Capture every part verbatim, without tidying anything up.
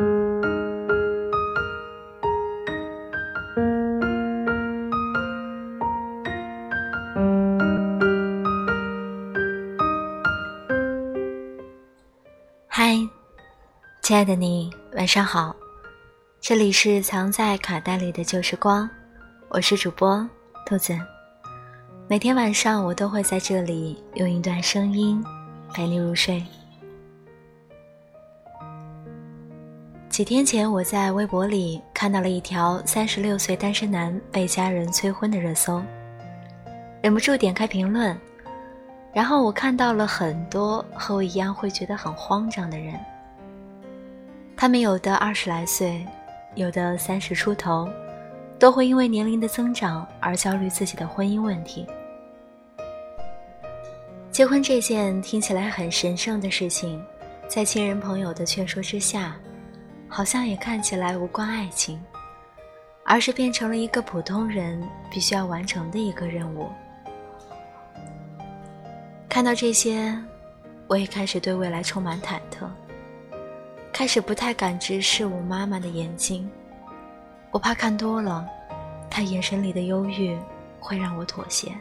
嗨，亲爱的你，晚上好，这里是藏在卡带里的旧时光，我是主播兔子。每天晚上我都会在这里用一段声音陪你入睡。几天前我在微博里看到了一条三十六岁单身男被家人催婚的热搜，忍不住点开评论，然后我看到了很多和我一样会觉得很慌张的人。他们有的二十来岁，有的三十出头，都会因为年龄的增长而焦虑自己的婚姻问题。结婚这件听起来很神圣的事情，在亲人朋友的劝说之下，好像也看起来无关爱情，而是变成了一个普通人必须要完成的一个任务。看到这些，我也开始对未来充满忐忑，开始不太敢直视我妈妈的眼睛，我怕看多了，她眼神里的忧郁会让我妥协。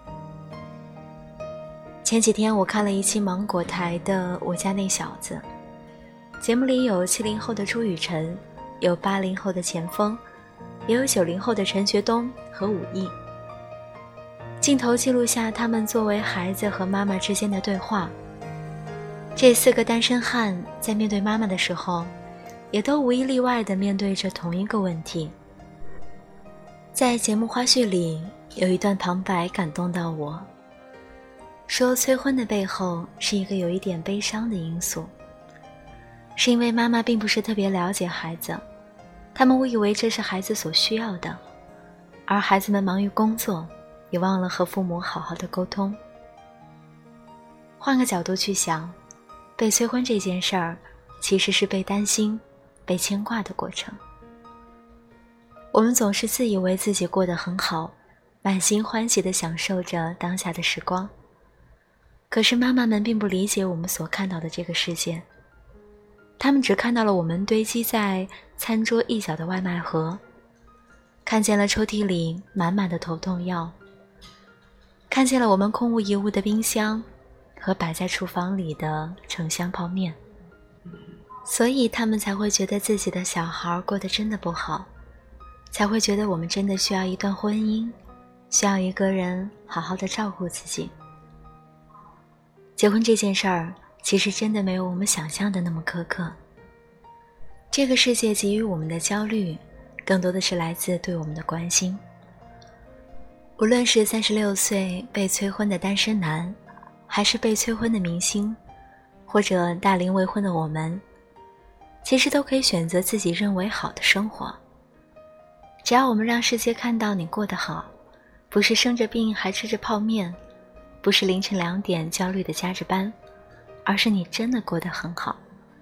前几天我看了一期芒果台的《我家那小子》，节目里有七零后的朱雨辰，有八零后的钱枫，也有九零后的陈学冬和武艺。镜头记录下他们作为孩子和妈妈之间的对话。这四个单身汉在面对妈妈的时候，也都无一例外地面对着同一个问题。在节目花絮里有一段旁白感动到我，说催婚的背后是一个有一点悲伤的因素，是因为妈妈并不是特别了解孩子，他们误以为这是孩子所需要的，而孩子们忙于工作，也忘了和父母好好的沟通。换个角度去想，被催婚这件事儿其实是被担心、被牵挂的过程。我们总是自以为自己过得很好，满心欢喜地享受着当下的时光，可是妈妈们并不理解我们所看到的这个世界，他们只看到了我们堆积在餐桌一角的外卖盒，看见了抽屉里满满的头痛药，看见了我们空无一物的冰箱和摆在厨房里的成箱泡面，所以他们才会觉得自己的小孩过得真的不好，才会觉得我们真的需要一段婚姻，需要一个人好好的照顾自己。结婚这件事儿其实真的没有我们想象的那么苛刻，这个世界给予我们的焦虑更多的是来自对我们的关心。无论是三十六岁被催婚的单身男，还是被催婚的明星，或者大龄未婚的我们，其实都可以选择自己认为好的生活。只要我们让世界看到你过得好，不是生着病还吃着泡面，不是凌晨两点焦虑的加着班，而是你真的过得很好。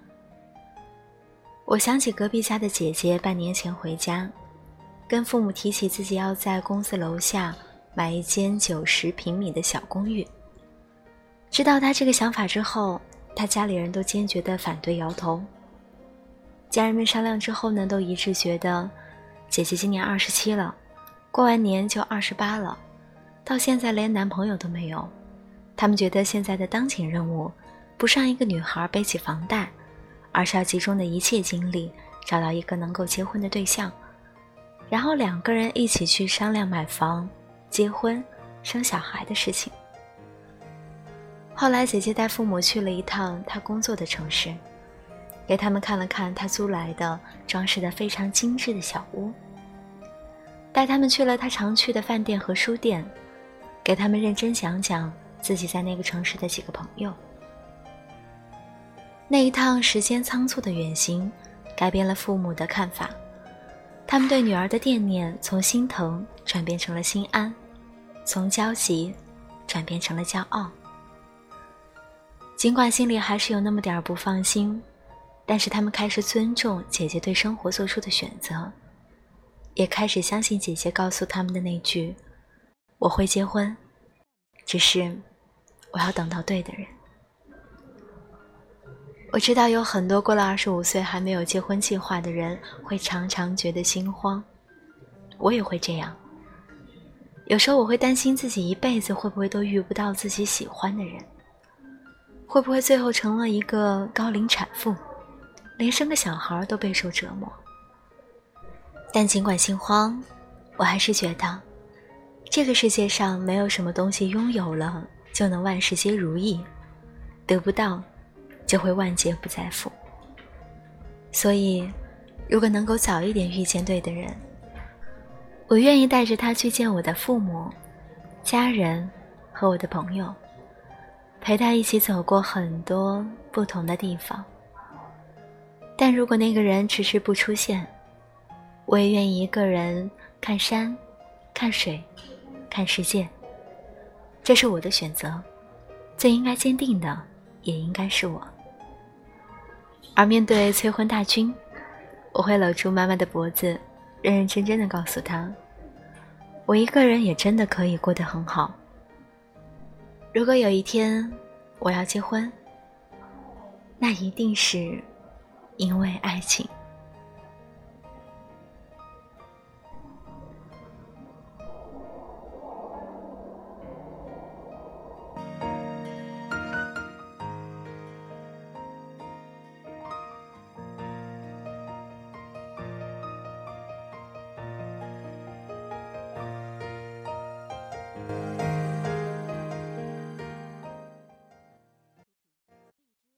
我想起隔壁家的姐姐半年前回家，跟父母提起自己要在公司楼下买一间九十平米的小公寓。知道她这个想法之后，她家里人都坚决地反对摇头。家人们商量之后呢，都一致觉得姐姐今年二十七了，过完年就二十八了，到现在连男朋友都没有。他们觉得现在的当前任务不是让一个女孩背起房贷，而是要集中的一切精力找到一个能够结婚的对象，然后两个人一起去商量买房、结婚、生小孩的事情。后来姐姐带父母去了一趟她工作的城市，给他们看了看她租来的装饰得非常精致的小屋，带他们去了她常去的饭店和书店，给他们认真讲讲自己在那个城市的几个朋友。那一趟时间仓促的远行改变了父母的看法，他们对女儿的惦念从心疼转变成了心安，从焦急转变成了骄傲。尽管心里还是有那么点儿不放心，但是他们开始尊重姐姐对生活做出的选择，也开始相信姐姐告诉他们的那句：我会结婚，只是我要等到对的人。 我知道有很多过了二十五岁还没有结婚计划的人会常常觉得心慌，我也会这样。有时候我会担心自己一辈子会不会都遇不到自己喜欢的人，会不会最后成了一个高龄产妇，连生个小孩都备受折磨。但尽管心慌，我还是觉得这个世界上没有什么东西拥有了就能万事皆如意，得不到就会万劫不再复。所以如果能够早一点遇见对的人，我愿意带着他去见我的父母、家人和我的朋友，陪他一起走过很多不同的地方。但如果那个人迟迟不出现，我也愿意一个人看山、看水、看世界。这是我的选择，最应该坚定的也应该是我。而面对催婚大军，我会搂住妈妈的脖子，认认真真地告诉她，我一个人也真的可以过得很好。如果有一天我要结婚，那一定是因为爱情。